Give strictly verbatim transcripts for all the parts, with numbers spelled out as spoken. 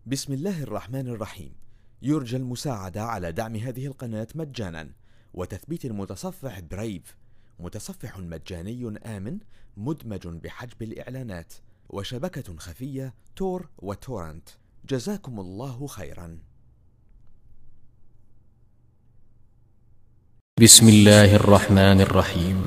بسم الله الرحمن الرحيم. يرجى المساعدة على دعم هذه القناة مجانا وتثبيت المتصفح برايف، متصفح مجاني آمن مدمج بحجب الإعلانات، وشبكة خفية تور وتورنت. جزاكم الله خيرا. بسم الله الرحمن الرحيم.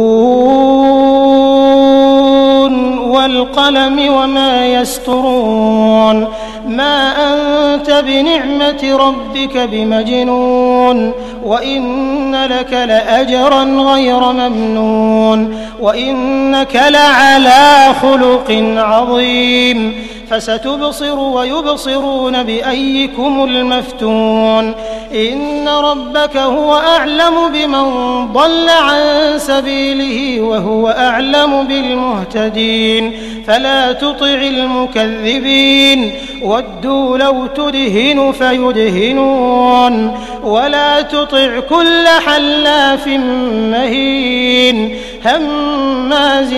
نون والقلم وما يسطرون. ما أنت بنعمة ربك بمجنون، وإن لك لأجرا غير ممنون، وإنك لعلى خلق عظيم. فستبصر ويبصرون بأيكم المفتون. إن ربك هو أعلم بمن ضل عن سبيله وهو أعلم بالمهتدين. فلا تطع المكذبين. ودوا لو تدهن فيدهنون. ولا تطع كل حلاف مهين هماز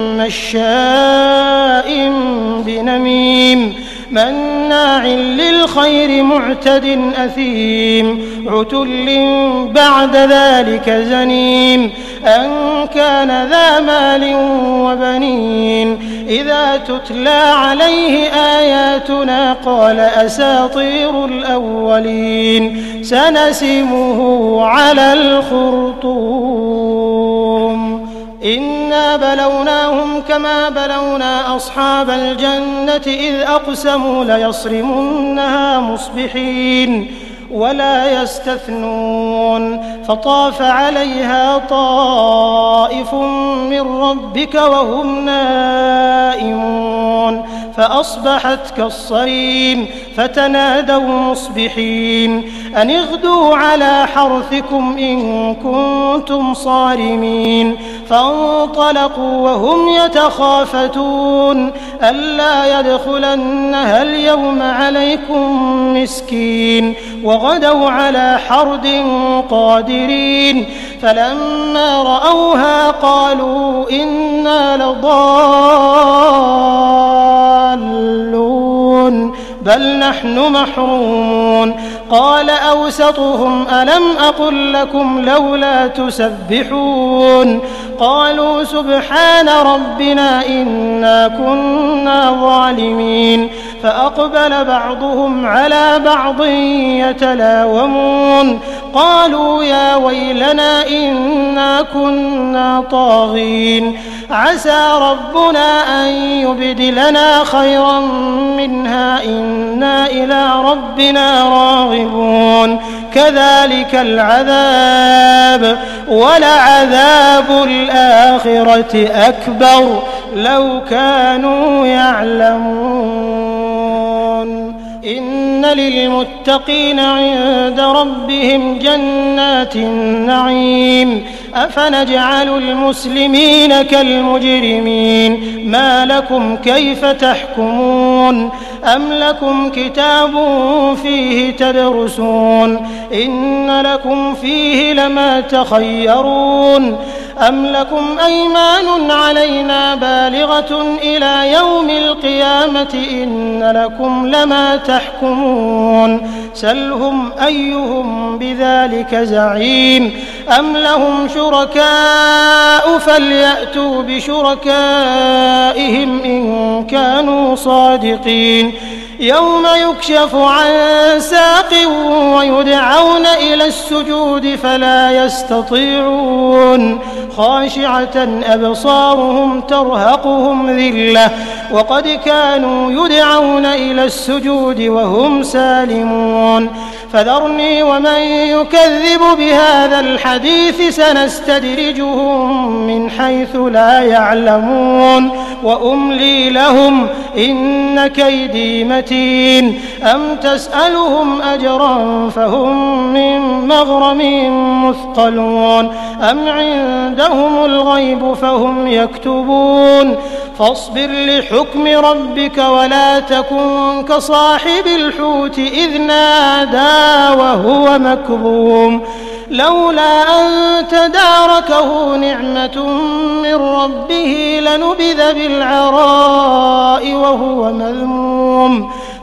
مشاء بنميم مناع للخير معتد أثيم عتل بعد ذلك زنيم أن كان ذا مال وبنين. إذا تتلى عليه آياتنا قال أساطير الأولين. سنسمه على الخرطوم. إنا بلوناهم كما بلونا أصحاب الجنة إذ أقسموا ليصرمنها مصبحين ولا يستثنون. فطاف عليها طائف من ربك وهم نائمون فأصبحت كالصريم. فتنادوا مصبحين أن اغدوا على حرثكم إن كنتم صارمين. فانطلقوا وهم يتخافتون ألا يدخلنها اليوم عليكم مسكين. وغدوا على حرد قادرين. فلما رأوها قالوا إنا لضالون بل نحن محرومون. قال أوسطهم ألم أقل لكم لولا تسبحون. قالوا سبحان ربنا إنا كنا ظالمين. فأقبل بعضهم على بعض يتلاومون قالوا يا ويلنا إنا كنا طاغين. عسى ربنا أن يبدلنا خيرا منها إنا إلى ربنا راغبون. كذلك العذاب ولعذاب الآخرة أكبر لو كانوا يعلمون. إن للمتقين عند ربهم جنات النعيم. أفنجعل المسلمين كالمجرمين. ما لكم كيف تحكمون. أم لكم كتاب فيه تدرسون. إن لكم فيه لما تخيرون. أم لكم أيمان علينا بالغة إلى يوم القيامة إن لكم لما تحكمون. سلهم أيهم بذلك زعيم. أم لهم شركاء فليأتوا بشركائهم إن كانوا صادقين. يوم يكشف عن ساق ويدعون إلى السجود فلا يستطيعون. خاشعة أبصارهم ترهقهم ذلة وقد كانوا يدعون إلى السجود وهم سالمون. فذرني ومن يكذب بهذا الحديث سنستدرجهم من حيث لا يعلمون وأملي لهم إن كيدي متين. أم تسألهم أجرا فهم من مغرم مثقلون. أم عندهم الغيب فهم يكتبون. فاصبر لحكم ربك ولا تكن كصاحب الحوت إذ نادى وهو مكظوم. لولا أن تداركه نعمة من ربه لنبذ بالعراء وهو مذموم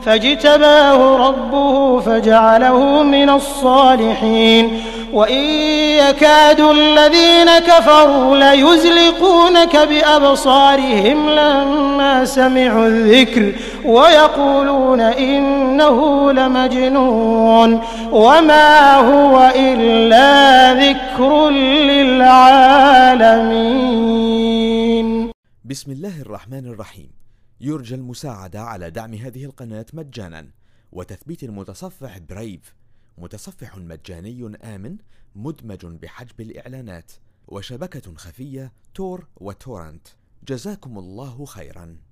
فاجتباه ربه فجعله من الصالحين وإن يكاد الذين كفروا ليزلقونك بأبصارهم لما سمعوا الذكر ويقولون إنه لمجنون وما هو إلا ذكر للعالمين. بسم الله الرحمن الرحيم. يرجى المساعدة على دعم هذه القناة مجانا وتثبيت المتصفح برايف، متصفح مجاني آمن مدمج بحجب الإعلانات، وشبكة خفية تور وتورنت. جزاكم الله خيرا.